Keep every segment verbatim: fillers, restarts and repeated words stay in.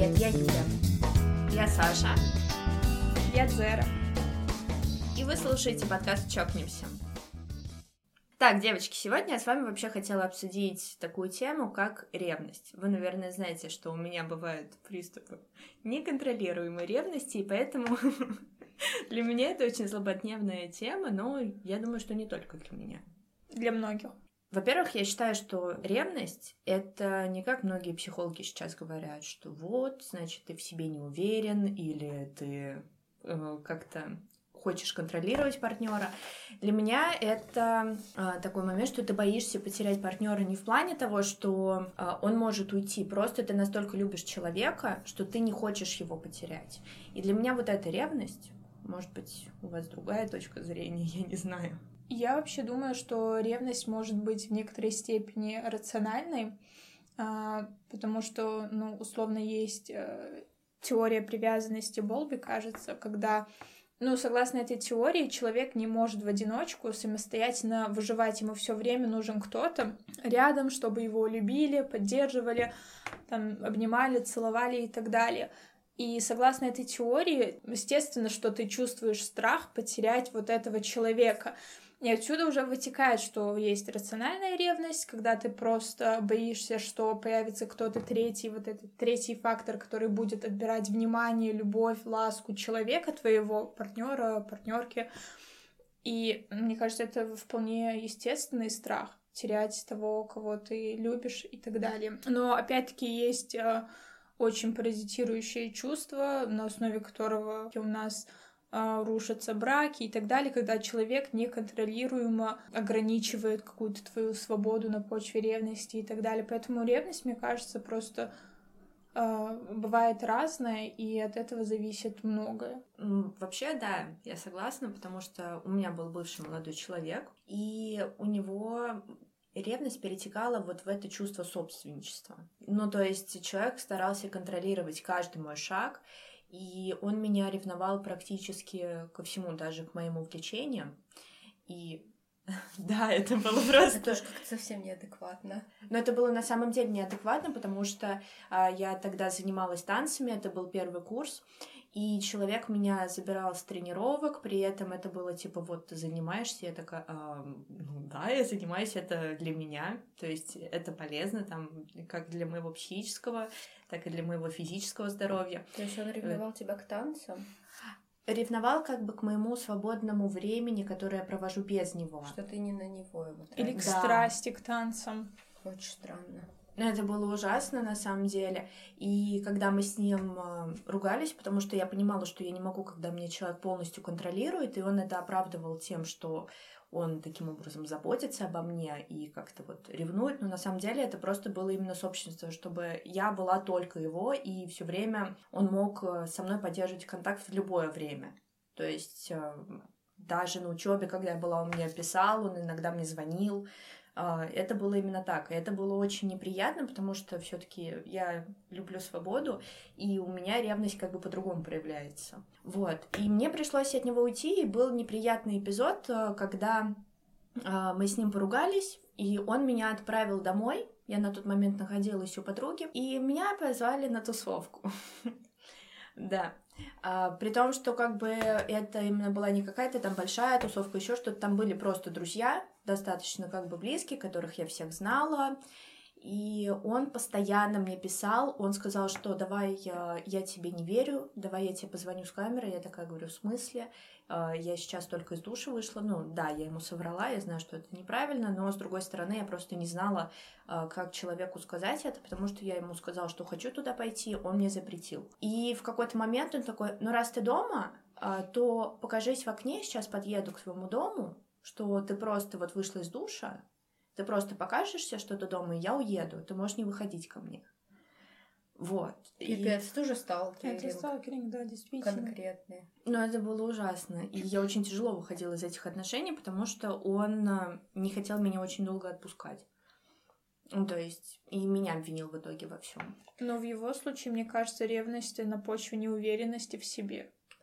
Привет, я Юля. Я Саша. Я Зера. И вы слушаете подкаст «Чокнемся». Так, девочки, сегодня я с вами вообще хотела обсудить такую тему, как ревность. Вы, наверное, знаете, что у меня бывают приступы неконтролируемой ревности, и поэтому для меня это очень злободневная тема, но я думаю, что не только для меня. Для многих. Во-первых, я считаю, что ревность — это не как многие психологи сейчас говорят, что вот, значит, ты в себе не уверен, или ты э, как-то хочешь контролировать партнера. Для меня это э, такой момент, что ты боишься потерять партнера не в плане того, что э, он может уйти, просто ты настолько любишь человека, что ты не хочешь его потерять. И для меня вот эта ревность, может быть, у вас другая точка зрения, я не знаю. Я вообще думаю, что ревность может быть в некоторой степени рациональной, потому что, ну, условно, есть теория привязанности Болби, кажется, когда, ну, согласно этой теории, человек не может в одиночку самостоятельно выживать, ему все время нужен кто-то рядом, чтобы его любили, поддерживали, там, обнимали, целовали и так далее. И согласно этой теории, естественно, что ты чувствуешь страх потерять вот этого человека. И отсюда уже вытекает, что есть рациональная ревность, когда ты просто боишься, что появится кто-то третий, вот этот третий фактор, который будет отбирать внимание, любовь, ласку человека, твоего партнера, партнерки. И мне кажется, это вполне естественный страх терять того, кого ты любишь и так далее. Но опять-таки есть очень паразитирующее чувство, на основе которого у нас рушатся браки и так далее, когда человек неконтролируемо ограничивает какую-то твою свободу на почве ревности и так далее. Поэтому ревность, мне кажется, просто э, бывает разная, и от этого зависит многое. Вообще, да, я согласна, потому что у меня был бывший молодой человек, и у него ревность перетекала вот в это чувство собственничества. Ну, то есть человек старался контролировать каждый мой шаг, и он меня ревновал практически ко всему, даже к моим увлечениям. И да, это было просто... Это тоже как-то совсем неадекватно. Но это было на самом деле неадекватно, потому что а, я тогда занималась танцами, это был первый курс, и человек меня забирал с тренировок, при этом это было типа, вот ты занимаешься, я такая, а, ну да, я занимаюсь, это для меня, то есть это полезно, там, как для моего психического, так и для моего физического здоровья. То есть он ревновал тебя к танцам? Ревновал как бы к моему свободному времени, которое я провожу без него. Что ты не на него его тратишь. Или к Да. страсти, к танцам. Очень странно. Это было ужасно, на самом деле. И когда мы с ним э, ругались, потому что я понимала, что я не могу, когда меня человек полностью контролирует, и он это оправдывал тем, что он таким образом заботится обо мне и как-то вот ревнует, но на самом деле это просто было именно собственничество, чтобы я была только его, и все время он мог со мной поддерживать контакт в любое время. То есть э, даже на учебе, когда я была, он мне писал, он иногда мне звонил. Это было именно так. И это было очень неприятно, потому что все-таки я люблю свободу, и у меня ревность как бы по-другому проявляется. Вот. И мне пришлось от него уйти, и был неприятный эпизод, когда мы с ним поругались, и он меня отправил домой. Я на тот момент находилась у подруги, и меня позвали на тусовку. Да. А, при том, что как бы это именно была не какая-то там большая тусовка, еще что-то, там были просто друзья, достаточно как бы близкие, которых я всех знала, и он постоянно мне писал, он сказал, что давай я, я тебе не верю, давай я тебе позвоню с камерой, я такая говорю, в смысле? Я сейчас только из душа вышла, ну да, я ему соврала, я знаю, что это неправильно, но с другой стороны я просто не знала, как человеку сказать это, потому что я ему сказала, что хочу туда пойти, он мне запретил. И в какой-то момент он такой, ну раз ты дома, то покажись в окне, сейчас подъеду к своему дому, что ты просто вот вышла из душа, ты просто покажешься, что ты дома, и я уеду, ты можешь не выходить ко мне. Вот. Пипец, ты уже сталкеринг. Это сталкеринг, да, действительно. Конкретный. Ну, это было ужасно. И я очень тяжело выходила из этих отношений, потому что он не хотел меня очень долго отпускать. Ну, то есть, и меня обвинил в итоге во всем. Но в его случае, мне кажется, ревность на почве неуверенности в себе.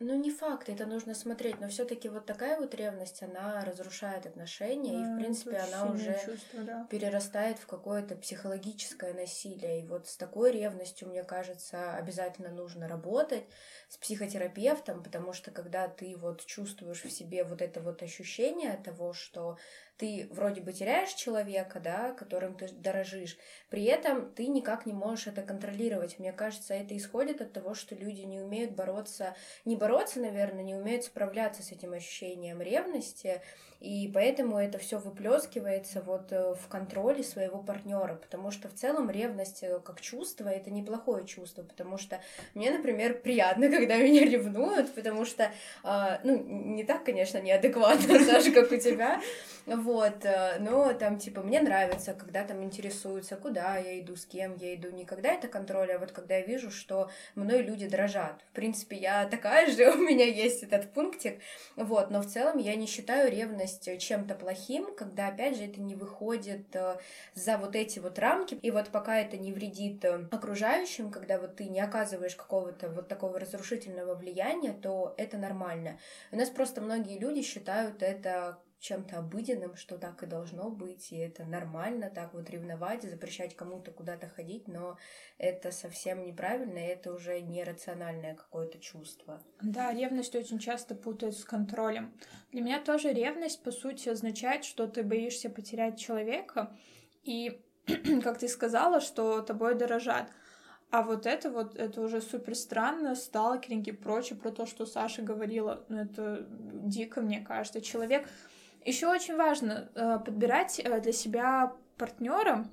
Ну, не факт, это нужно смотреть, но все-таки вот такая вот ревность, она разрушает отношения, и, в принципе, она уже чувство, да. перерастает в какое-то психологическое насилие. И вот с такой ревностью, мне кажется, обязательно нужно работать с психотерапевтом, потому что когда ты вот чувствуешь в себе вот это вот ощущение того, что ты вроде бы теряешь человека, да, которым ты дорожишь, при этом ты никак не можешь это контролировать. Мне кажется, это исходит от того, что люди не умеют бороться, не бороться, наверное, не умеют справляться с этим ощущением ревности, и поэтому это все выплескивается вот в контроле своего партнера, потому что в целом ревность как чувство — это неплохое чувство, потому что мне, например, приятно, когда меня ревнуют, потому что, ну, не так, конечно, неадекватно, Саша, как у тебя, вот, но там, типа, мне нравится, когда там интересуются, куда я иду, с кем я иду, не когда это контроль, а вот когда я вижу, что мной люди дорожат. В принципе, я такая же, у меня есть этот пунктик, вот, но в целом я не считаю ревность чем-то плохим, когда, опять же, это не выходит за вот эти вот рамки, и вот пока это не вредит окружающим, когда вот ты не оказываешь какого-то вот такого разрушительного влияния, то это нормально. У нас просто многие люди считают это чем-то обыденным, что так и должно быть, и это нормально так вот ревновать, запрещать кому-то куда-то ходить, но это совсем неправильно, и это уже нерациональное какое-то чувство. Да, ревность очень часто путают с контролем. Для меня тоже ревность, по сути, означает, что ты боишься потерять человека, и, как ты сказала, что тобой дорожат. А вот это вот, это уже супер странно, сталкеринги и прочее, про то, что Саша говорила, ну это дико, мне кажется. Человек... Еще очень важно э, подбирать э, для себя партнера,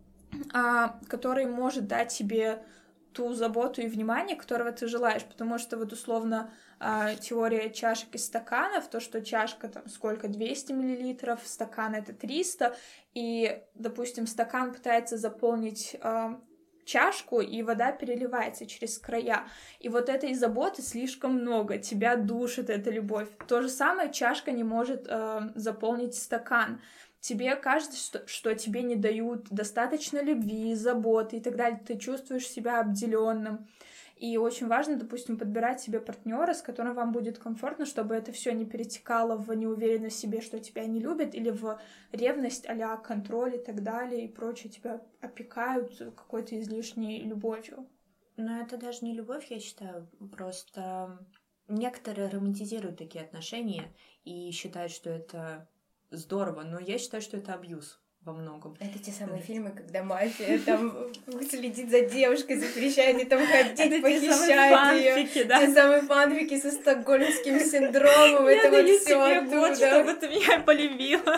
э, который может дать тебе ту заботу и внимание, которого ты желаешь, потому что вот условно э, теория чашек и стаканов, то, что чашка там сколько, двести миллилитров, стакан это триста, и, допустим, стакан пытается заполнить... Э, чашку, и вода переливается через края. И вот этой заботы слишком много, тебя душит эта любовь. То же самое чашка не может э, заполнить стакан. Тебе кажется, что, что тебе не дают достаточно любви, заботы и так далее. Ты чувствуешь себя обделенным. И очень важно, допустим, подбирать себе партнера, с которым вам будет комфортно, чтобы это все не перетекало в неуверенность в себе, что тебя не любят, или в ревность а-ля контроль и так далее, и прочее, тебя опекают какой-то излишней любовью. Но это даже не любовь, я считаю, просто некоторые романтизируют такие отношения и считают, что это здорово, но я считаю, что это абьюз. Во многом. Это те самые да. фильмы, когда мафия там следит за девушкой, запрещает ей там ходить, похищает ее. Да? Те самые фанфики со стокгольмским синдромом. Это вот все оттуда. Чтобы ты меня полюбила.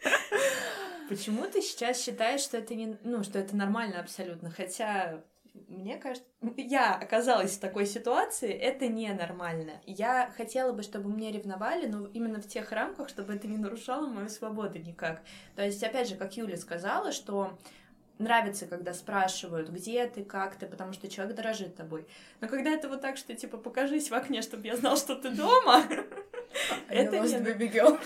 Почему ты сейчас считаешь, что это не, ну, что это нормально абсолютно? Хотя мне кажется, я оказалась в такой ситуации, это ненормально. Я хотела бы, чтобы меня ревновали, но именно в тех рамках, чтобы это не нарушало мою свободу никак. То есть, опять же, как Юля сказала, что нравится, когда спрашивают, где ты, как ты, потому что человек дорожит тобой. Но когда это вот так, что, типа, покажись в окне, чтобы я знал, что ты дома, это не...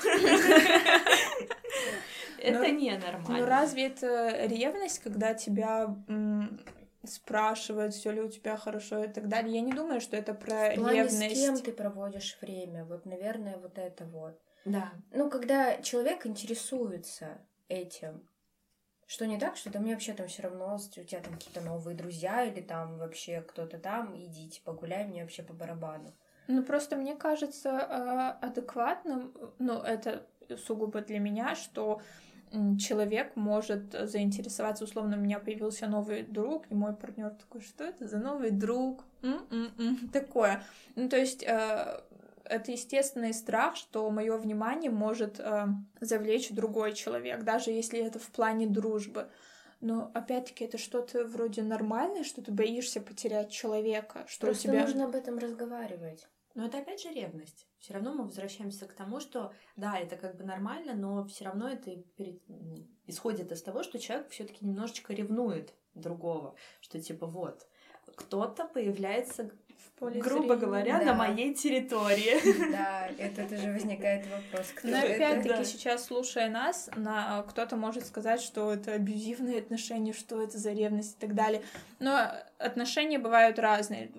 Это ненормально. Ну разве это ревность, когда тебя... спрашивают, все ли у тебя хорошо и так далее. Я не думаю, что это про в плане, ревность. С кем ты проводишь время? Вот, наверное, вот это вот. Да. Ну, когда человек интересуется этим, что не так, что да мне вообще там все равно, у тебя там какие-то новые друзья или там вообще кто-то там, идите погуляй, мне вообще по барабану. Ну, просто мне кажется адекватным, ну, это сугубо для меня, что человек может заинтересоваться, условно, у меня появился новый друг, и мой партнер такой, что это за новый друг? М-м-м, такое. Ну, то есть э, это естественный страх, что мое внимание может э, завлечь другой человек, даже если это в плане дружбы. Но, опять-таки, это что-то вроде нормальное, что ты боишься потерять человека, что Просто у тебя... нужно об этом разговаривать. Но это опять же ревность. Все равно мы возвращаемся к тому, что да, это как бы нормально, но все равно это перед... исходит из того, что человек все-таки немножечко ревнует другого, что типа вот кто-то появляется, в поле грубо зрения, говоря, да. на моей территории. Да, это тоже возникает вопрос, кто Но это. опять-таки да. сейчас, слушая нас, на... кто-то может сказать, что это абьюзивные отношения, что это за ревность и так далее. Но отношения бывают разные.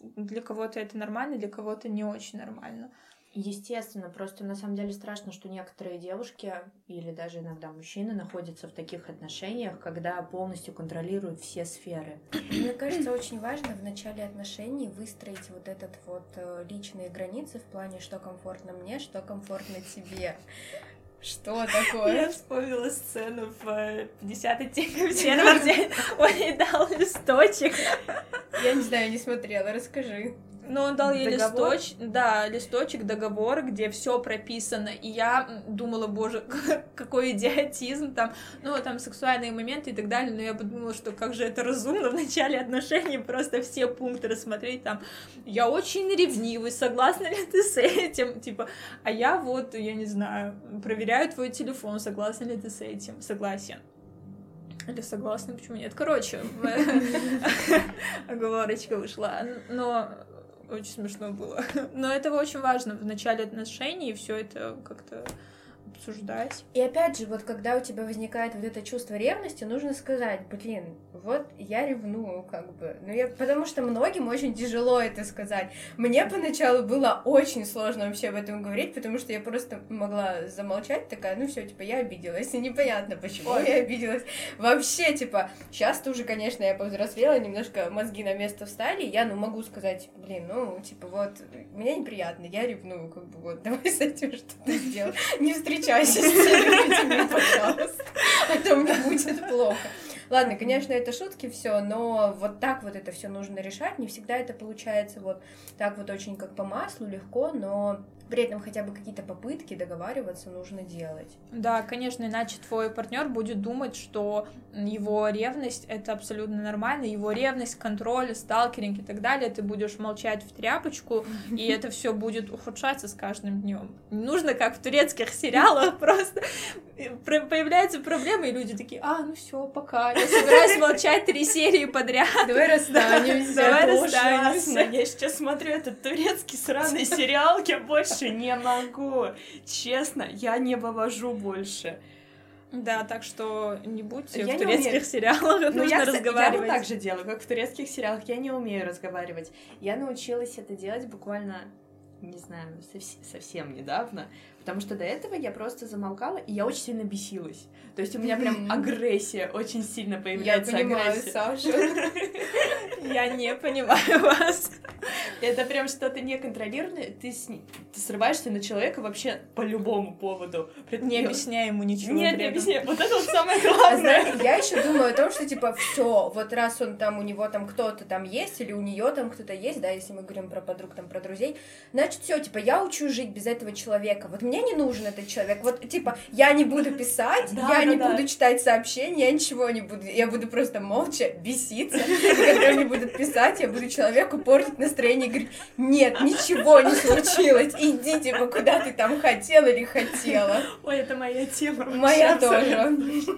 для кого-то это нормально, для кого-то не очень нормально. Естественно, просто на самом деле страшно, что некоторые девушки или даже иногда мужчины находятся в таких отношениях, когда полностью контролируют все сферы. Мне кажется, очень важно в начале отношений выстроить вот этот вот личные границы в плане, что комфортно мне, что комфортно тебе. Что такое? Я вспомнила сцену в пятьдесят оттенков серого, где он ей дал листочек. Я не знаю, не смотрела, расскажи. Ну, он дал ей листочек, да, листочек, договор, где все прописано, и я думала, боже, какой идиотизм там, ну, там сексуальные моменты и так далее, но я подумала, что как же это разумно в начале отношений просто все пункты рассмотреть, там, я очень ревнивый, согласна ли ты с этим, типа, а я вот, я не знаю, проверяю твой телефон, согласна ли ты с этим, согласен. Или согласна, почему нет? Короче, оговорочка вышла, но... Очень смешно было. Но это очень важно в начале отношений все это как-то обсуждать. И опять же, вот когда у тебя возникает вот это чувство ревности, нужно сказать, блин, вот я ревную, как бы. Ну, я... Потому что многим очень тяжело это сказать. Мне поначалу было очень сложно вообще об этом говорить, потому что я просто могла замолчать, такая, ну все, типа, я обиделась, и непонятно, почему Ой. я обиделась. Вообще, типа, сейчас-то уже, конечно, я повзрослела, немножко мозги на место встали, я, ну, могу сказать, блин, ну, типа, вот, мне неприятно, я ревную, как бы, вот, давай с этим что-то сделаем. Не встречайся с теми людьми, пожалуйста, а то мне будет плохо. Ладно, конечно, это шутки все, но вот так вот это все нужно решать. Не всегда это получается вот так вот очень как по маслу, легко, но при этом хотя бы какие-то попытки договариваться нужно делать. Да, конечно, иначе твой партнер будет думать, что его ревность — это абсолютно нормально, его ревность, контроль, сталкеринг и так далее, ты будешь молчать в тряпочку, и это все будет ухудшаться с каждым днем. Не нужно, как в турецких сериалах, просто появляются проблемы, и люди такие, а, ну все, пока, я собираюсь молчать три серии подряд. Давай расстанемся. Давай расстанемся. Я сейчас смотрю этот турецкий сраный сериал, я больше не могу. Честно, я не вывожу больше. Да, так что не будьте я в турецких умею. сериалах, Но нужно я, разговаривать. Я вот так же делаю, как в турецких сериалах, я не умею разговаривать. Я научилась это делать буквально, не знаю, совсем недавно, потому что до этого я просто замолкала, и я очень сильно бесилась. То есть у меня прям агрессия, очень сильно появляется агрессия. Я понимаю, Саша. Я не понимаю вас. Это прям что-то неконтролируемое, ты, с... ты срываешься на человека вообще по любому поводу. Не объясняй ему ничего. Нет, не объясняй, вот это вот самое главное. А знаете, я еще думаю о том, что типа все, вот раз он там, у него там кто-то там есть, или у нее там кто-то есть, да, если мы говорим про подруг, там, про друзей, значит, все, типа, я учу жить без этого человека. Вот мне не нужен этот человек. Вот, типа, я не буду писать, да, я да, не да. буду читать сообщения, я ничего не буду. Я буду просто молча беситься. И когда мне будут писать, я буду человеку портить настроение и говорить, нет, ничего не случилось, иди, типа, куда ты там хотела или хотела. Ой, это моя тема. Моя тоже.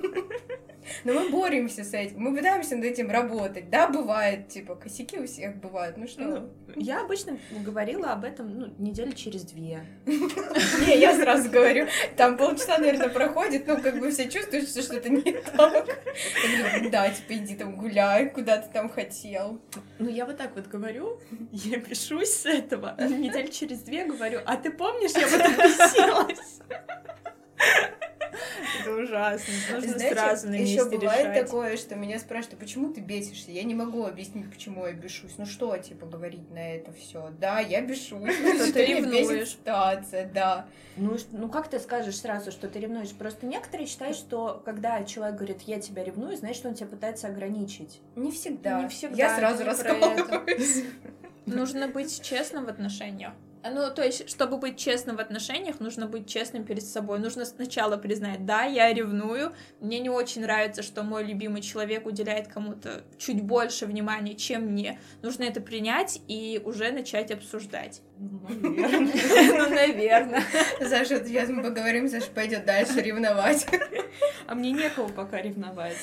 Но мы боремся с этим, мы пытаемся над этим работать. Да, бывает, типа, косяки у всех бывают, ну что? Ну, я обычно говорила об этом, ну, недели через две. Не, я сразу говорю, там полчаса, наверное, проходит, ну, как бы все чувствуют, что что-то не так. Я говорю, да, типа, иди там гуляй, куда ты там хотел. Ну, я вот так вот говорю, я бешусь с этого, недель через две говорю, а ты помнишь, я вот так бесилась? Это ужасно. Нужно Знаете, сразу на месте еще бывает решать. такое, что меня спрашивают, почему ты бесишься? Я не могу объяснить, почему я бешусь. Ну что, типа, говорить на это все? Да, я бешусь. Что ты ревнуешь. Ситуация, да. Ну, ну, как ты скажешь сразу, что ты ревнуешь? Просто некоторые считают, что когда человек говорит, я тебя ревную, значит, он тебя пытается ограничить. Не всегда. Не всегда. Я сразу раскалываюсь. Нужно быть честным в отношениях. Ну, то есть, чтобы быть честным в отношениях, нужно быть честным перед собой. Нужно сначала признать, да, я ревную, мне не очень нравится, что мой любимый человек уделяет кому-то чуть больше внимания, чем мне. Нужно это принять и уже начать обсуждать. Ну, наверное. Ну, наверное. Саша, сейчас мы поговорим, Саша пойдет дальше ревновать. А мне некого пока ревновать.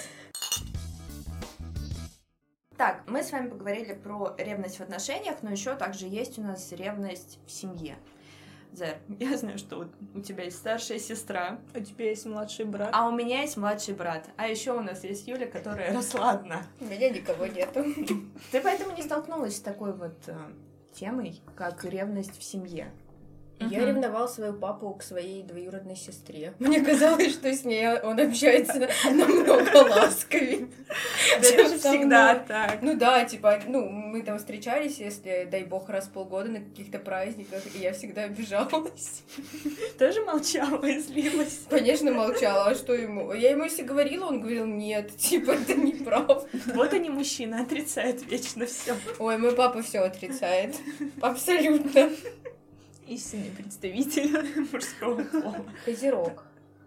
Так, мы с вами поговорили про ревность в отношениях, но еще также есть у нас ревность в семье. Зер, я знаю, что у тебя есть старшая сестра. У тебя есть младший брат. А у меня есть младший брат. А еще у нас есть Юля, которая росла одна. У меня никого нету. Ты поэтому не столкнулась с такой вот э, темой, как ревность в семье? Я Мгм. ревновал своего папу к своей двоюродной сестре. Мне казалось, что с ней он общается намного ласковее. Это чем же со всегда мной. так. Ну да, типа, ну, мы там встречались, если, дай бог, раз в полгода на каких-то праздниках, и я всегда обижалась. Тоже молчала и злилась. Конечно, молчала, а что ему? Я ему если говорила, он говорил, нет, типа, это неправда. Вот они, мужчины, отрицают вечно все. Ой, мой папа все отрицает. Абсолютно. Истинный представитель. Мужского пола. Козерог.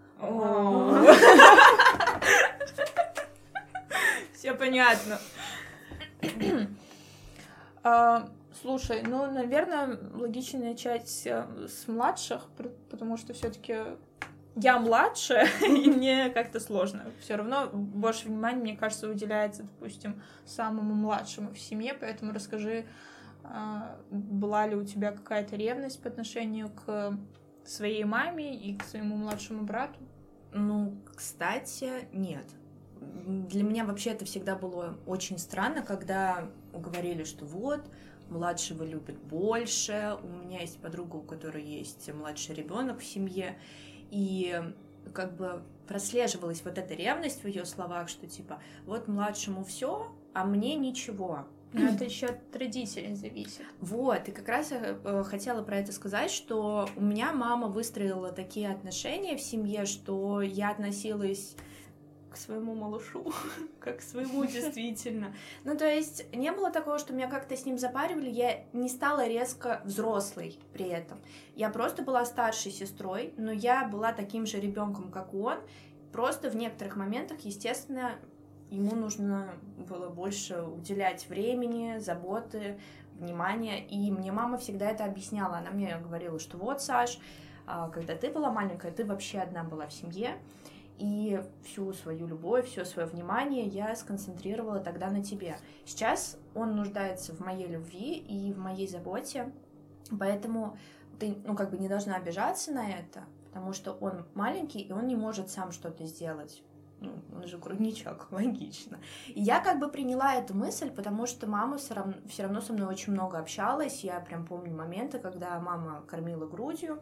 Все понятно. А, слушай, ну, наверное, логично начать э, с младших, пр- потому что все-таки я младше, и мне как-то сложно. Все равно больше внимания, мне кажется, уделяется, допустим, самому младшему в семье, поэтому расскажи, а, была ли у тебя какая-то ревность по отношению к своей маме и к своему младшему брату? Ну, кстати, нет. Для меня вообще это всегда было очень странно, когда говорили, что вот, младшего любят больше. У меня есть подруга, у которой есть младший ребенок в семье, и как бы прослеживалась вот эта ревность в ее словах, что типа вот младшему все, а мне ничего. Но это еще от родителей зависит. Вот, и как раз я э, хотела про это сказать, что у меня мама выстроила такие отношения в семье, что я относилась к своему малышу, как к своему действительно. Ну, то есть не было такого, что меня как-то с ним запаривали, я не стала резко взрослой при этом. Я просто была старшей сестрой, но я была таким же ребенком, как он. Просто в некоторых моментах, естественно, ему нужно было больше уделять времени, заботы, внимания. И мне мама всегда это объясняла. Она мне говорила, что вот, Саш, когда ты была маленькая, ты вообще одна была в семье. И всю свою любовь, все свое внимание я сконцентрировала тогда на тебе. Сейчас он нуждается в моей любви и в моей заботе. Поэтому ты, ну, как бы не должна обижаться на это, потому что он маленький, и он не может сам что-то сделать. Ну, он же грудничок, логично. И я как бы приняла эту мысль, потому что мама все равно, все равно со мной очень много общалась. Я прям помню моменты, когда мама кормила грудью,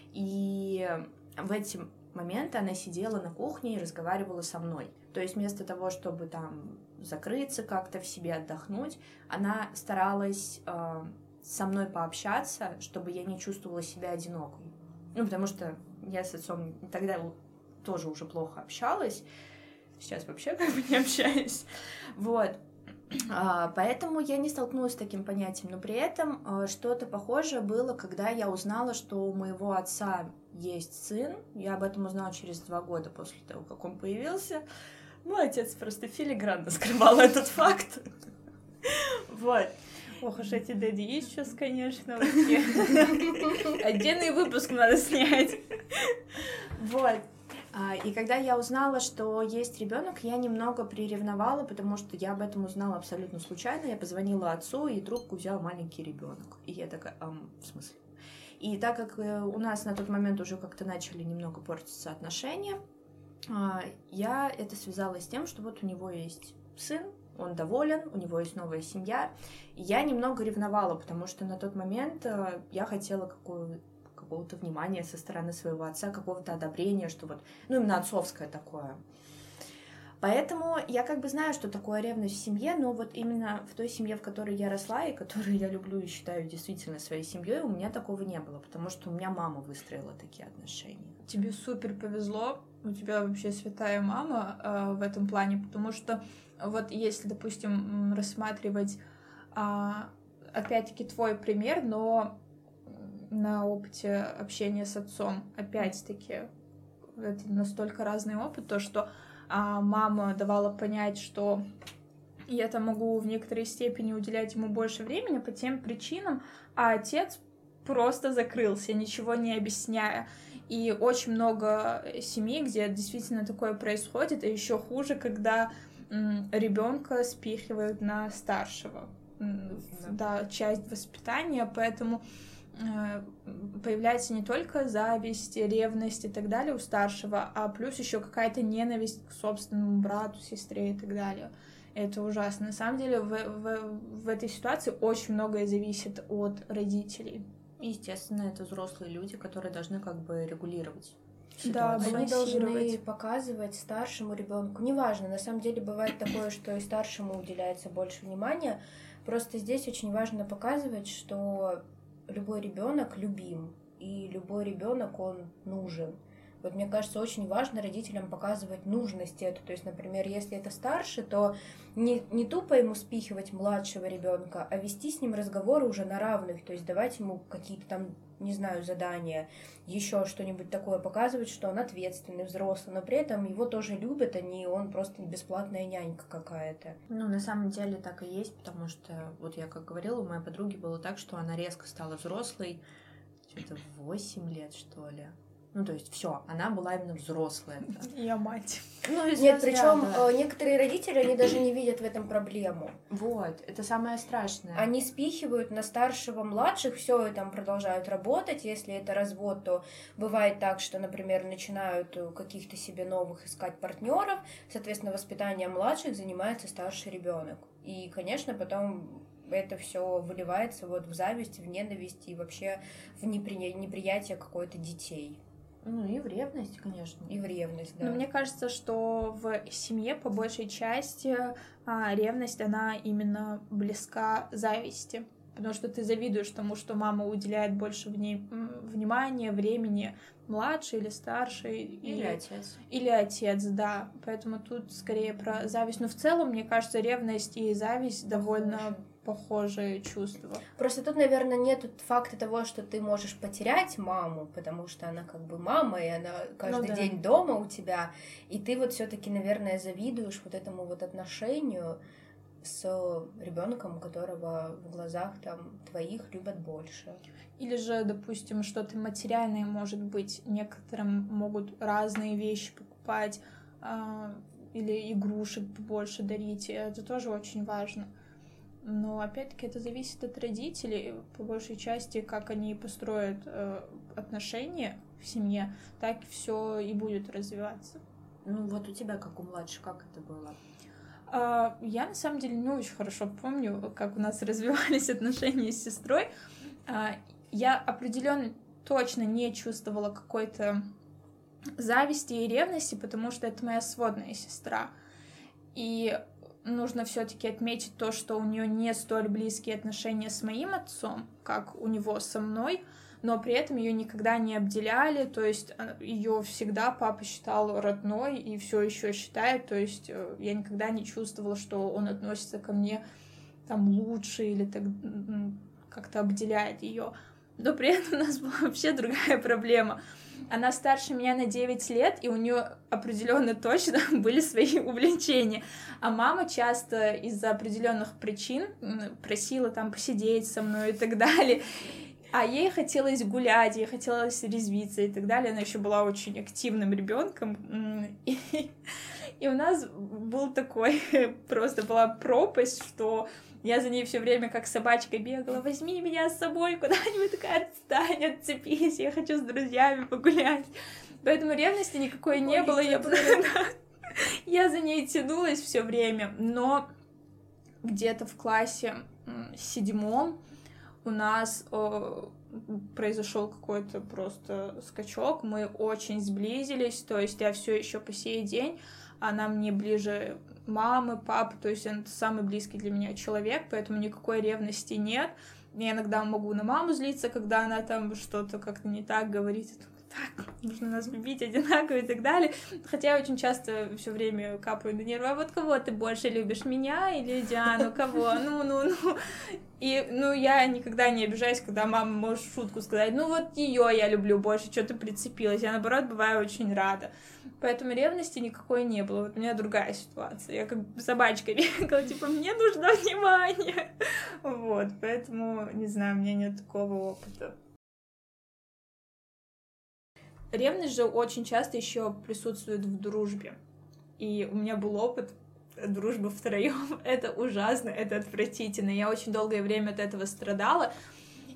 и в эти моменты она сидела на кухне и разговаривала со мной. То есть вместо того, чтобы там закрыться как-то в себе, отдохнуть, она старалась э, со мной пообщаться, чтобы я не чувствовала себя одинокой. Ну, потому что я с отцом тогда тоже уже плохо общалась. Сейчас вообще как бы не общаюсь. Вот. А, поэтому я не столкнулась с таким понятием. Но при этом а, что-то похожее было, когда я узнала, что у моего отца есть сын. Я об этом узнала через два года после того, как он появился. Мой отец просто филигранно скрывал этот факт. Вот. Ох уж эти дэдди есть сейчас, конечно, вообще. Отдельный выпуск надо снять. Вот. И когда я узнала, что есть ребенок, я немного приревновала, потому что я об этом узнала абсолютно случайно. Я позвонила отцу, и трубку взял маленький ребенок. И я такая, эм, в смысле? И так как у нас на тот момент уже как-то начали немного портиться отношения, я это связала с тем, что вот у него есть сын, он доволен, у него есть новая семья. И я немного ревновала, потому что на тот момент я хотела какую какого-то внимания со стороны своего отца, какого-то одобрения, что вот, ну, именно отцовское такое. Поэтому я как бы знаю, что такое ревность в семье, но вот именно в той семье, в которой я росла, и которую я люблю и считаю действительно своей семьей, у меня такого не было, потому что у меня мама выстроила такие отношения. Тебе супер повезло, у тебя вообще святая мама э, в этом плане, потому что вот если, допустим, рассматривать э, опять-таки твой пример, но на опыте общения с отцом, опять-таки, это настолько разный опыт, то, что а, мама давала понять, что я там могу в некоторой степени уделять ему больше времени по тем причинам, а отец просто закрылся, ничего не объясняя. И очень много семей, где действительно такое происходит, и еще хуже, когда м, ребенка спихивают на старшего. Да, часть воспитания, поэтому появляется не только зависть, ревность и так далее у старшего, а плюс еще какая-то ненависть к собственному брату, сестре и так далее. Это ужасно. На самом деле в, в, в этой ситуации очень многое зависит от родителей. Естественно, это взрослые люди, которые должны как бы регулировать Да, ситуацию. Они должны показывать старшему ребенку. Неважно, на самом деле бывает такое, что и старшему уделяется больше внимания. Просто здесь очень важно показывать, что любой ребенок любим, и любой ребенок он нужен. Вот мне кажется, очень важно родителям показывать нужность эту. То есть, например, если это старше, то не, не тупо ему спихивать младшего ребенка, а вести с ним разговоры уже на равных. То есть давать ему какие-то там, не знаю, задания, еще что-нибудь такое, показывать, что он ответственный, взрослый, но при этом его тоже любят, а не он просто бесплатная нянька какая-то. Ну, на самом деле так и есть, потому что, вот я как говорила, у моей подруги было так, что она резко стала взрослой, что-то в восемь лет, что ли. Ну, то есть все, она была именно взрослая. Я мать. Ну, Нет, причем да. некоторые родители, они даже не видят в этом проблему. Вот, это самое страшное. Они спихивают на старшего, младших, все и там продолжают работать. Если это развод, то бывает так, что, например, начинают каких-то себе новых искать партнеров, соответственно, воспитанием младших занимается старший ребенок. И, конечно, потом это все выливается вот в зависть, в ненависть и вообще в непри... неприятие какой-то детей. Ну и в ревность, конечно. И в ревность, да. Но мне кажется, что в семье по большей части а, ревность, она именно близка зависти. Потому что ты завидуешь тому, что мама уделяет больше вне... внимания, времени младшей или старшей. Или, или отец. Или отец, да. Поэтому тут скорее про зависть. Но в целом, мне кажется, ревность и зависть довольно похожие чувства. Просто тут, наверное, нет факта того, что ты можешь потерять маму, потому что она как бы мама, и она каждый ну, да. день дома у тебя, и ты вот все-таки, наверное, завидуешь вот этому вот отношению с ребенком, которого в глазах там твоих любят больше. Или же, допустим, что-то материальное может быть. Некоторым могут разные вещи покупать, э, или игрушек больше дарить, и это тоже очень важно. Но, опять-таки, это зависит от родителей, по большей части, как они построят э, отношения в семье, так все и будет развиваться. Ну, вот у тебя, как у младшей, как это было? А, я, на самом деле, не очень хорошо помню, как у нас развивались отношения с сестрой. А, я определенно точно не чувствовала какой-то зависти и ревности, потому что это моя сводная сестра. И нужно все-таки отметить то, что у нее не столь близкие отношения с моим отцом, как у него со мной, но при этом ее никогда не обделяли, то есть ее всегда папа считал родной и все еще считает, то есть я никогда не чувствовала, что он относится ко мне там лучше или так как-то обделяет ее. Но при этом у нас была вообще другая проблема. Она старше меня на девять лет, и у нее определенно точно были свои увлечения. А мама часто из-за определенных причин просила там посидеть со мной и так далее. А ей хотелось гулять, ей хотелось резвиться и так далее. Она еще была очень активным ребенком. И, и у нас был такой, просто была пропасть, что я за ней все время как собачка бегала. Возьми меня с собой куда-нибудь, такая, отстань, отцепись, я хочу с друзьями погулять. Поэтому ревности никакой не было. Я, я за ней тянулась все время. Но где-то в классе седьмом у нас о, произошел какой-то просто скачок. Мы очень сблизились. То есть я все еще по сей день, она мне ближе мамы, папы, то есть он самый близкий для меня человек, поэтому никакой ревности нет. Я иногда могу на маму злиться, когда она там что-то как-то не так говорит. Так, нужно нас любить одинаково и так далее. Хотя я очень часто все время капаю на нервы. А вот кого ты больше любишь, меня или Диану? Кого? Ну, ну, ну. И, ну, я никогда не обижаюсь, когда мама может шутку сказать. Ну, вот ее я люблю больше, что-то прицепилась. Я, наоборот, бываю очень рада. Поэтому ревности никакой не было. Вот у меня другая ситуация. Я как собачка бегала, типа, мне нужно внимание. Вот, поэтому, не знаю, у меня нет такого опыта. Ревность же очень часто еще присутствует в дружбе. И у меня был опыт дружбы втроем. Это ужасно, это отвратительно. Я очень долгое время от этого страдала.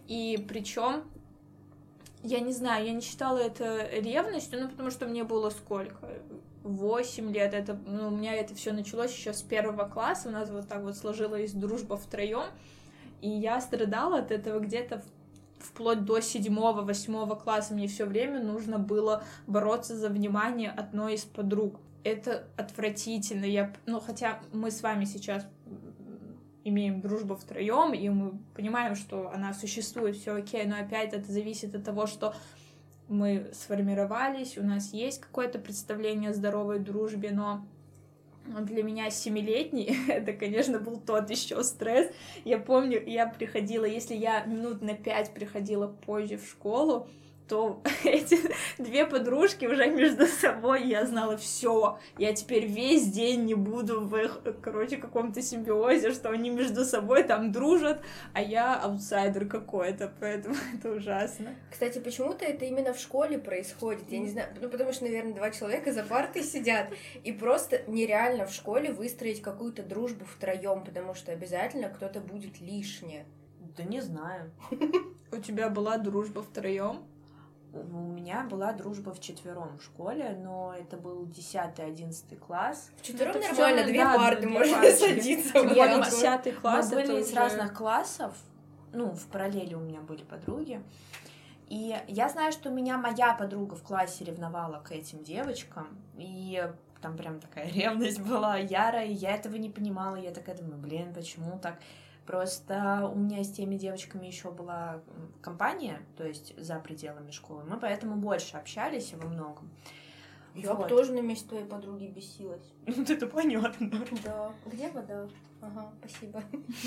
И причем, я не знаю, я не считала это ревностью, ну, потому что мне было сколько? Восемь лет. Это, ну, у меня это все началось еще с первого класса. У нас вот так вот сложилась дружба втроем. И я страдала от этого где-то вплоть до седьмого, восьмого класса. Мне все время нужно было бороться за внимание одной из подруг. Это отвратительно. Я, ну, хотя мы с вами сейчас имеем дружбу втроем, и мы понимаем, что она существует, все окей, но опять это зависит от того, что мы сформировались, у нас есть какое-то представление о здоровой дружбе, но для меня семилетний это, конечно, был тот еще стресс. Я помню, я приходила, если я минут на пять приходила позже в школу, то эти две подружки уже между собой, я знала, все, я теперь весь день не буду в их, короче, каком-то симбиозе, что они между собой там дружат, а я аутсайдер какой-то, поэтому это ужасно. Кстати, почему-то это именно в школе происходит, я не знаю, ну потому что, наверное, два человека за партой сидят, и просто нереально в школе выстроить какую-то дружбу втроем, потому что обязательно кто-то будет лишнее. Да не знаю. У тебя была дружба втроем? У меня была дружба вчетвером в школе, но это был десятый-одиннадцатый класс. Вчетвером ну, нормально, две да, парты, две можно парты. садиться. Тем более десятый класс. Мы были из уже... разных классов, ну, в параллели у меня были подруги. И я знаю, что у меня моя подруга в классе ревновала к этим девочкам, и там прям такая ревность была ярая, и я этого не понимала, я такая думаю, блин, почему так? Просто у меня с теми девочками еще была компания, то есть за пределами школы. Мы поэтому больше общались во многом. Я вот. бы тоже на месте твоей подруги бесилась. Ну, это понятно. Да. Где вода? Ага, спасибо.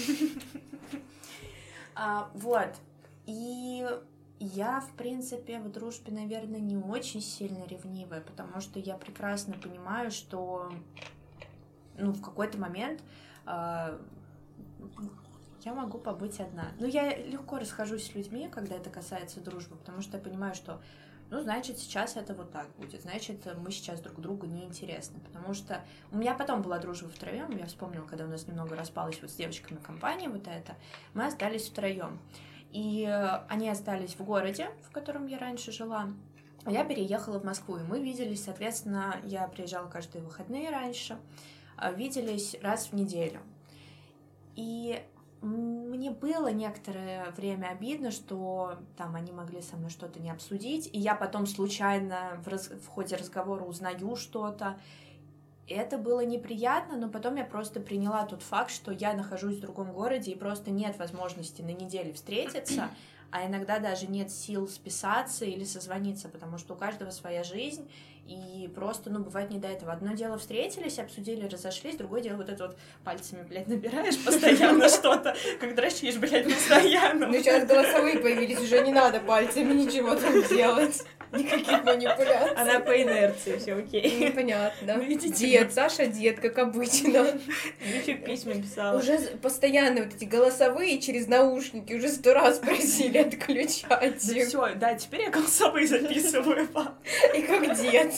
А, вот. И я, в принципе, в дружбе, наверное, не очень сильно ревнивая, потому что я прекрасно понимаю, что, ну, в какой-то момент... А, я могу побыть одна. Но я легко расхожусь с людьми, когда это касается дружбы, потому что я понимаю, что, ну, значит, сейчас это вот так будет, значит, мы сейчас друг другу неинтересны, потому что у меня потом была дружба втроем, я вспомнила, когда у нас немного распалась вот с девочками компания вот эта, мы остались втроем, и они остались в городе, в котором я раньше жила, а я переехала в Москву, и мы виделись, соответственно, я приезжала каждые выходные раньше, виделись раз в неделю, и мне было некоторое время обидно, что там они могли со мной что-то не обсудить, и я потом случайно в, раз... в ходе разговора узнаю что-то. Это было неприятно, но потом я просто приняла тот факт, что я нахожусь в другом городе, и просто нет возможности на неделе встретиться, а иногда даже нет сил списаться или созвониться, потому что у каждого своя жизнь, и просто, ну, бывает не до этого. Одно дело встретились, обсудили, разошлись, другое дело вот это вот пальцами, блядь, набираешь постоянно что-то, как дрочишь, блядь, постоянно. Ну, сейчас голосовые появились, уже не надо пальцами ничего там делать. Никаких манипуляций. Она по инерции, все окей. Ну, понятно. Ну, видите, дед, Саша дед, как обычно. Ючик письма писала. Уже постоянно вот эти голосовые через наушники уже сто раз просили отключать Да их. все, да, теперь я голосовые записываю. И как дед.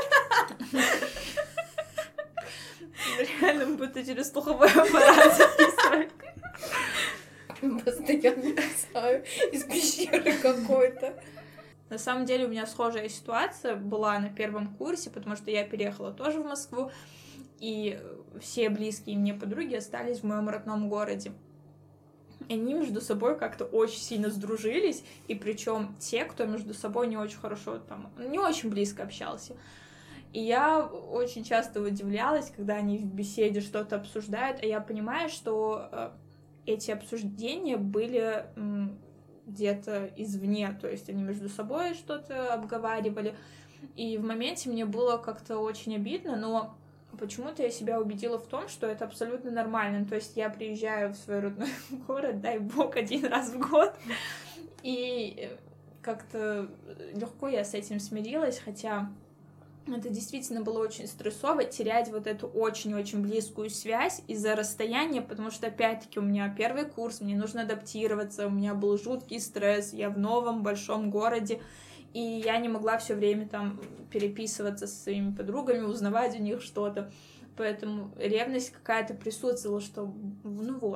Реально будто через слуховой аппарат записывать. Постоянно писаю из пещеры какой-то. На самом деле у меня схожая ситуация была на первом курсе, потому что я переехала тоже в Москву, и все близкие мне подруги остались в моем родном городе. И они между собой как-то очень сильно сдружились, и причем те, кто между собой не очень хорошо, там, не очень близко общался. И я очень часто удивлялась, когда они в беседе что-то обсуждают, а я понимаю, что э, эти обсуждения были м, где-то извне, то есть они между собой что-то обговаривали, и в моменте мне было как-то очень обидно, но почему-то я себя убедила в том, что это абсолютно нормально. То есть я приезжаю в свой родной город, дай бог, один раз в год, и как-то легко я с этим смирилась, хотя это действительно было очень стрессово, терять вот эту очень-очень близкую связь из-за расстояния, потому что, опять-таки, у меня первый курс, мне нужно адаптироваться, у меня был жуткий стресс, я в новом большом городе, и я не могла все время там переписываться со своими подругами, узнавать у них что-то. Поэтому ревность какая-то присутствовала, что, ну вот,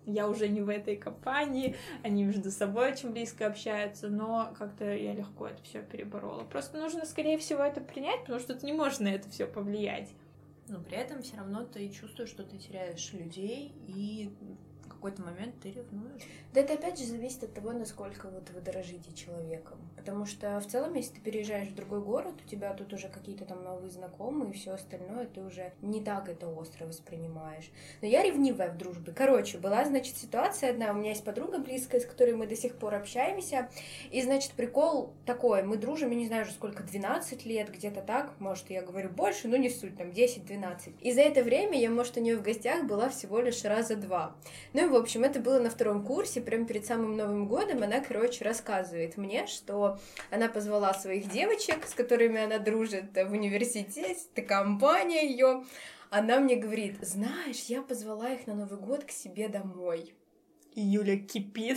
я уже не в этой компании, они между собой очень близко общаются, но как-то я легко это все переборола. Просто нужно, скорее всего, это принять, потому что ты не можешь на это все повлиять. Но при этом все равно ты чувствуешь, что ты теряешь людей, и в какой-то момент ты ревнуешь. Да это опять же зависит от того, насколько вот вы дорожите человеком. Потому что в целом, если ты переезжаешь в другой город, у тебя тут уже какие-то там новые знакомые и все остальное, ты уже не так это остро воспринимаешь. Но я ревнивая в дружбе. Короче, была, значит, ситуация одна, у меня есть подруга близкая, с которой мы до сих пор общаемся, и, значит, прикол такой, мы дружим, я не знаю уже сколько, двенадцать лет, где-то так, может, я говорю больше, но не суть, там, десять-двенадцать. И за это время я, может, у нее в гостях была всего лишь раза два. Ну и, в общем, это было на втором курсе, прямо перед самым Новым годом. Она, короче, рассказывает мне, что она позвала своих девочек, с которыми она дружит в университете, это компания ее. Она мне говорит: знаешь, я позвала их на Новый год к себе домой. И Юля кипит.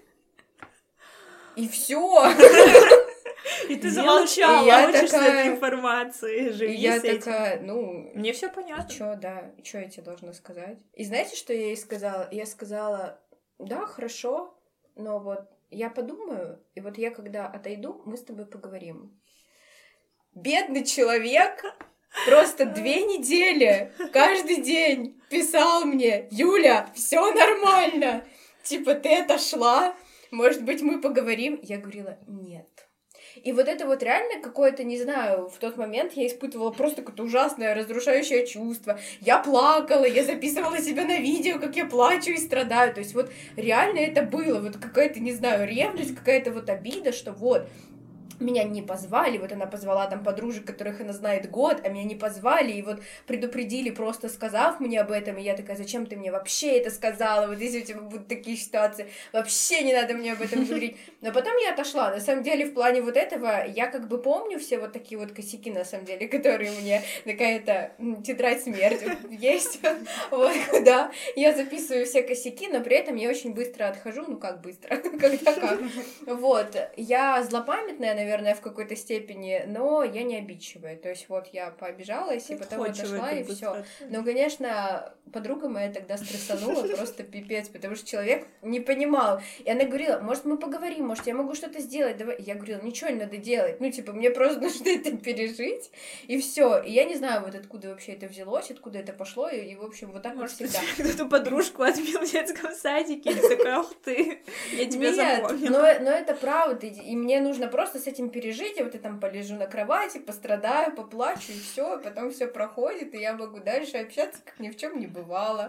И все. И ты замолчала, я хочешь такая... этой информации, живи я с этим. такая, ну... Мне все понятно. Чё, да, что я тебе должна сказать? И знаете, что я ей сказала? Я сказала: да, хорошо, но вот я подумаю, и вот я когда отойду, мы с тобой поговорим. Бедный человек просто две недели каждый день писал мне: Юля, все нормально, типа ты отошла, может быть, мы поговорим? Я говорила: нет. И вот это вот реально какое-то, не знаю, в тот момент я испытывала просто какое-то ужасное разрушающее чувство. Я плакала, я записывала себя на видео, как я плачу и страдаю. То есть вот реально это было. Вот какая-то, не знаю, ревность, какая-то вот обида, что вот... Меня не позвали, вот она позвала там подружек, которых она знает год, а меня не позвали, и вот предупредили, просто сказав мне об этом, и я такая: зачем ты мне вообще это сказала, вот если у тебя будут такие ситуации, вообще не надо мне об этом говорить. Но потом я отошла, на самом деле, в плане вот этого, я как бы помню все вот такие вот косяки, на самом деле, которые мне, какая-то тетрадь смерти есть, вот, да, я записываю все косяки, но при этом я очень быстро отхожу, ну как быстро, когда как, вот, я злопамятная, наверное, в какой-то степени, но я не обидчивая. То есть вот я пообижалась, и потом отошла, и все. Но, конечно, подруга моя тогда стрессанула просто пипец, потому что человек не понимал. И она говорила: может, мы поговорим, может, я могу что-то сделать, давай. Я говорила: ничего не надо делать. Ну, типа, мне просто нужно это пережить, и все. И я не знаю, вот откуда вообще это взялось, откуда это пошло, и, и в общем, вот так может, вот всегда. Кто-то подружку отбил в детском садике, и такая: ах ты, я тебя запомнила. Нет, но, но это правда, и мне нужно просто с этим пережить, я вот я там полежу на кровати, пострадаю, поплачу, и все, потом все проходит, и я могу дальше общаться, как ни в чем не бывало.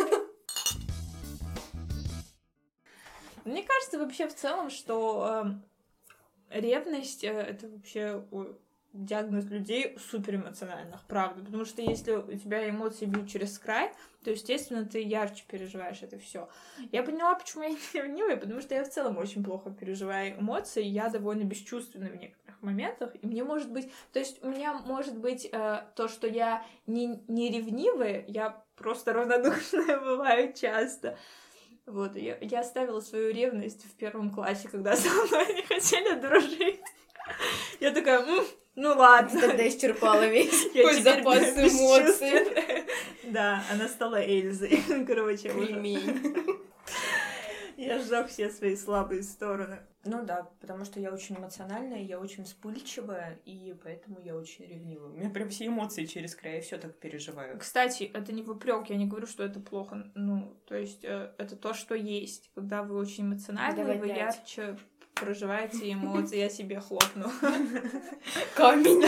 Мне кажется, вообще в целом, что э, ревность э, это вообще ой, диагноз людей суперэмоциональных, правда. Потому что если у тебя эмоции бьют через край, то, естественно, ты ярче переживаешь это все. Я поняла, почему я не ревнивая, потому что я в целом очень плохо переживаю эмоции, я довольно бесчувственна в некоторых моментах, и мне может быть... То есть у меня может быть э, то, что я не, не ревнивая, я просто равнодушная бываю часто. Вот, я, я оставила свою ревность в первом классе, когда со мной не хотели дружить. Я такая: М, ну ладно. Тогда исчерпала весь Я твой запас эмоций. Да, она стала Эльзой. Короче, Кремень. Я сжег все свои слабые стороны. Ну да, потому что я очень эмоциональная, я очень вспыльчивая, и поэтому я очень ревнивая. У меня прям все эмоции через край, я все так переживаю. Кстати, это не в упрек, я не говорю, что это плохо. Ну, то есть э, это то, что есть. Когда вы очень эмоциональны, Давай вы пять. ярче проживаете эмоции. Я себе хлопну. Камень.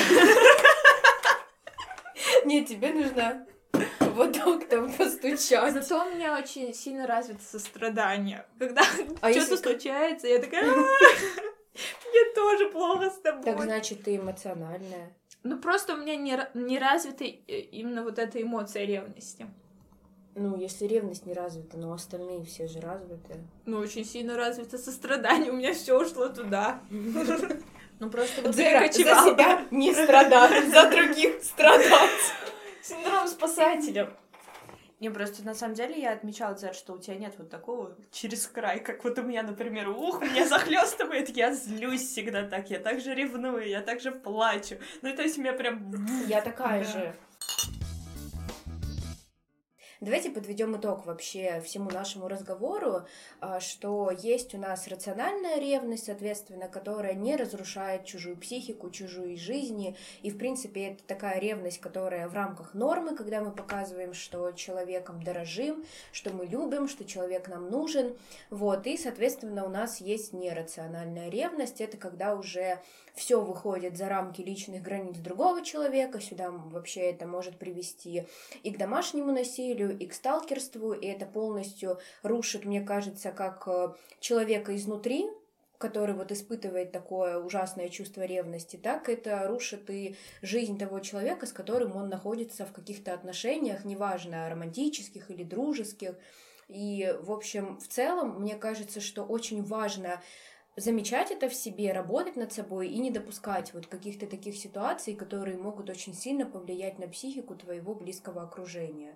Нет, тебе нужно вот так там постучать. Зато у меня очень сильно развито сострадание. Когда А что-то если- случается, я такая: мне тоже плохо с тобой. Так значит, ты эмоциональная. Ну, просто у меня не, ра- не развита э, именно вот эта эмоция ревности. Ну, если ревность не развита, но остальные все же развиты. Ну, очень сильно развито сострадание, у меня все ушло туда. Ну просто вот Зера, за кочевала. себя не страдать, за других страдать. Синдром спасателя. Не, просто на самом деле я отмечала, Зер, что у тебя нет вот такого через край, как вот у меня, например, ух, меня захлестывает, я злюсь всегда так, я так же ревную, я так же плачу. Ну, то есть у меня прям... Я такая Да. же. Давайте подведем итог вообще всему нашему разговору, что есть у нас рациональная ревность, соответственно, которая не разрушает чужую психику, чужую жизнь, и, в принципе, это такая ревность, которая в рамках нормы, когда мы показываем, что человеком дорожим, что мы любим, что человек нам нужен, вот, и, соответственно, у нас есть нерациональная ревность, это когда уже все выходит за рамки личных границ другого человека, сюда вообще это может привести и к домашнему насилию, и к сталкерству, и это полностью рушит, мне кажется, как человека изнутри, который вот испытывает такое ужасное чувство ревности, так это рушит и жизнь того человека, с которым он находится в каких-то отношениях, неважно, романтических или дружеских. И, в общем, в целом, мне кажется, что очень важно замечать это в себе, работать над собой и не допускать вот каких-то таких ситуаций, которые могут очень сильно повлиять на психику твоего близкого окружения.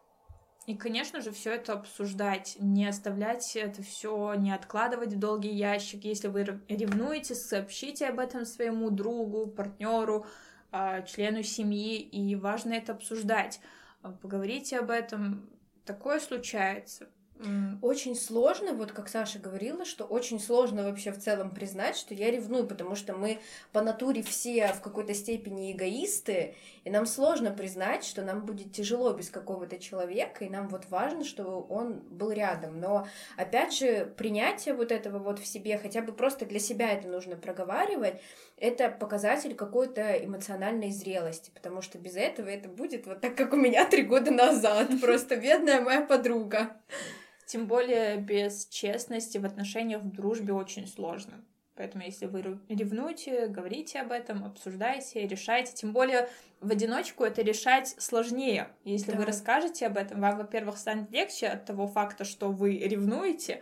И, конечно же, все это обсуждать, не оставлять это все, не откладывать в долгий ящик. Если вы ревнуете, сообщите об этом своему другу, партнеру, члену семьи, и важно это обсуждать. Поговорите об этом. Такое случается. Очень сложно, вот как Саша говорила, что очень сложно вообще в целом признать, что я ревную, потому что мы по натуре все в какой-то степени эгоисты, и нам сложно признать, что нам будет тяжело без какого-то человека, и нам вот важно, чтобы он был рядом. Но, опять же, принятие вот этого вот в себе, хотя бы просто для себя это нужно проговаривать, это показатель какой-то эмоциональной зрелости, потому что без этого это будет вот так, как у меня три года назад, просто бедная моя подруга. Тем более без честности в отношениях, в дружбе очень сложно. Поэтому если вы ревнуете, говорите об этом, обсуждайте, решайте. Тем более в одиночку это решать сложнее. Если да. вы расскажете об этом, вам, во-первых, станет легче от того факта, что вы ревнуете,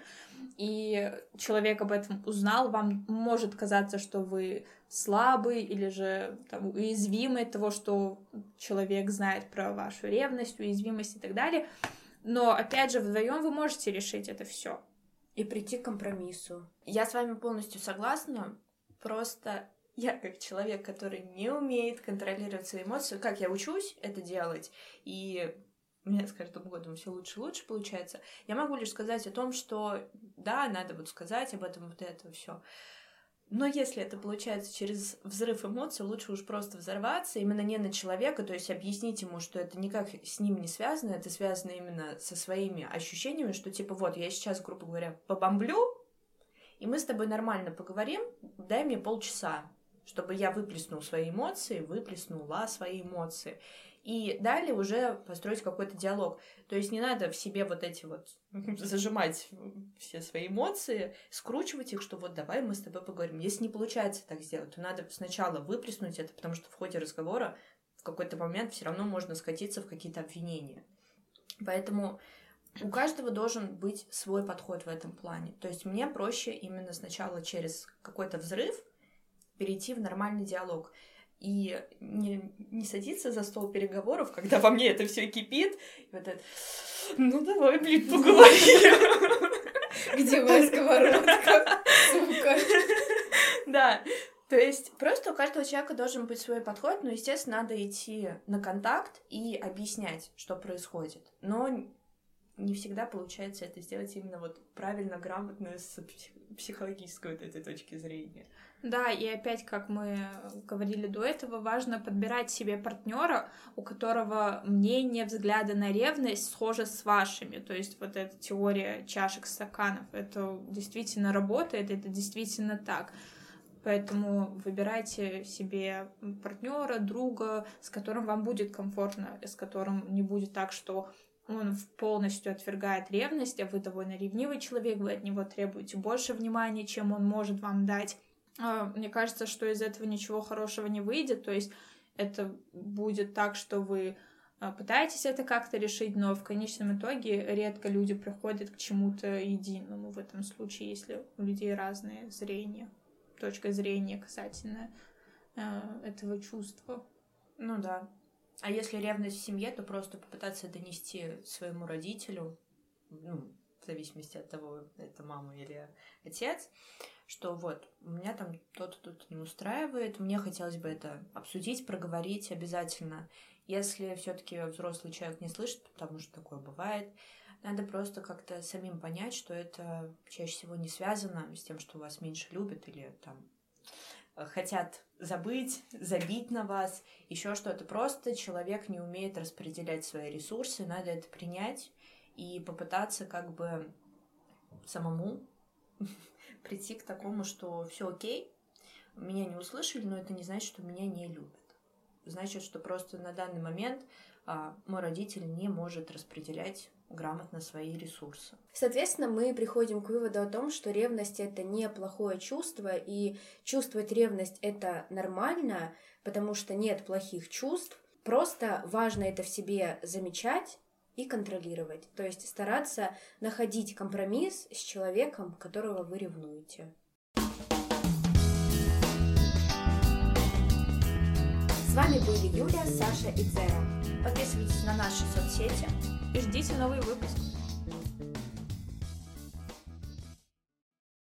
и человек об этом узнал, вам может казаться, что вы слабый или же там, уязвимый от того, что человек знает про вашу ревность, уязвимость и так далее. Но, опять же, вдвоем вы можете решить это все. И прийти к компромиссу. Я с вами полностью согласна. Просто я, как человек, который не умеет контролировать свои эмоции, как я учусь это делать, и у меня с каждым годом все лучше и лучше получается, я могу лишь сказать о том, что да, надо вот сказать об этом, вот это все. Но если это получается через взрыв эмоций, лучше уж просто взорваться, именно не на человека, то есть объяснить ему, что это никак с ним не связано, это связано именно со своими ощущениями, что типа вот, я сейчас, грубо говоря, побомблю, и мы с тобой нормально поговорим, дай мне полчаса, чтобы я выплеснул свои эмоции, выплеснула свои эмоции. И далее уже построить какой-то диалог. То есть не надо в себе вот эти вот зажимать все свои эмоции, скручивать их, что вот давай мы с тобой поговорим. Если не получается так сделать, то надо сначала выплеснуть это, потому что в ходе разговора в какой-то момент все равно можно скатиться в какие-то обвинения. Поэтому у каждого должен быть свой подход в этом плане. То есть мне проще именно сначала через какой-то взрыв перейти в нормальный диалог. И не, не садиться за стол переговоров, когда во мне это все кипит. И вот это, ну давай, блин, поговорим. Где моя сковородка, сука? Да, то есть просто у каждого человека должен быть свой подход, но, естественно, надо идти на контакт и объяснять, что происходит. Но не всегда получается это сделать именно вот правильно, грамотно, с психологической вот этой точки зрения. Да, и опять, как мы говорили до этого, важно подбирать себе партнера, у которого мнение, взгляды на ревность схожи с вашими. То есть вот эта теория чашек стаканов, это действительно работает, это действительно так. Поэтому выбирайте себе партнера, друга, с которым вам будет комфортно, с которым не будет так, что он полностью отвергает ревность, а вы довольно ревнивый человек, вы от него требуете больше внимания, чем он может вам дать. Мне кажется, что из этого ничего хорошего не выйдет, то есть это будет так, что вы пытаетесь это как-то решить, но в конечном итоге редко люди приходят к чему-то единому в этом случае, если у людей разные зрения, точка зрения касательно этого чувства. Ну да. А если ревность в семье, то просто попытаться донести своему родителю, ну, в зависимости от того, это мама или отец, что вот, у меня там то-то тут не устраивает, мне хотелось бы это обсудить, проговорить обязательно. Если все-таки взрослый человек не слышит, потому что такое бывает, надо просто как-то самим понять, что это чаще всего не связано с тем, что вас меньше любят или там хотят забыть, забить на вас, еще что-то. Просто человек не умеет распределять свои ресурсы, надо это принять и попытаться как бы самому прийти к такому, что все окей, меня не услышали, но это не значит, что меня не любят. Значит, что просто на данный момент а, мой родитель не может распределять грамотно свои ресурсы. Соответственно, мы приходим к выводу о том, что ревность — это не плохое чувство, и чувствовать ревность — это нормально, потому что нет плохих чувств. Просто важно это в себе замечать и контролировать. То есть стараться находить компромисс с человеком, которого вы ревнуете. С вами были Юля, Саша и Дзера. Подписывайтесь на наши соцсети и ждите новый выпуск.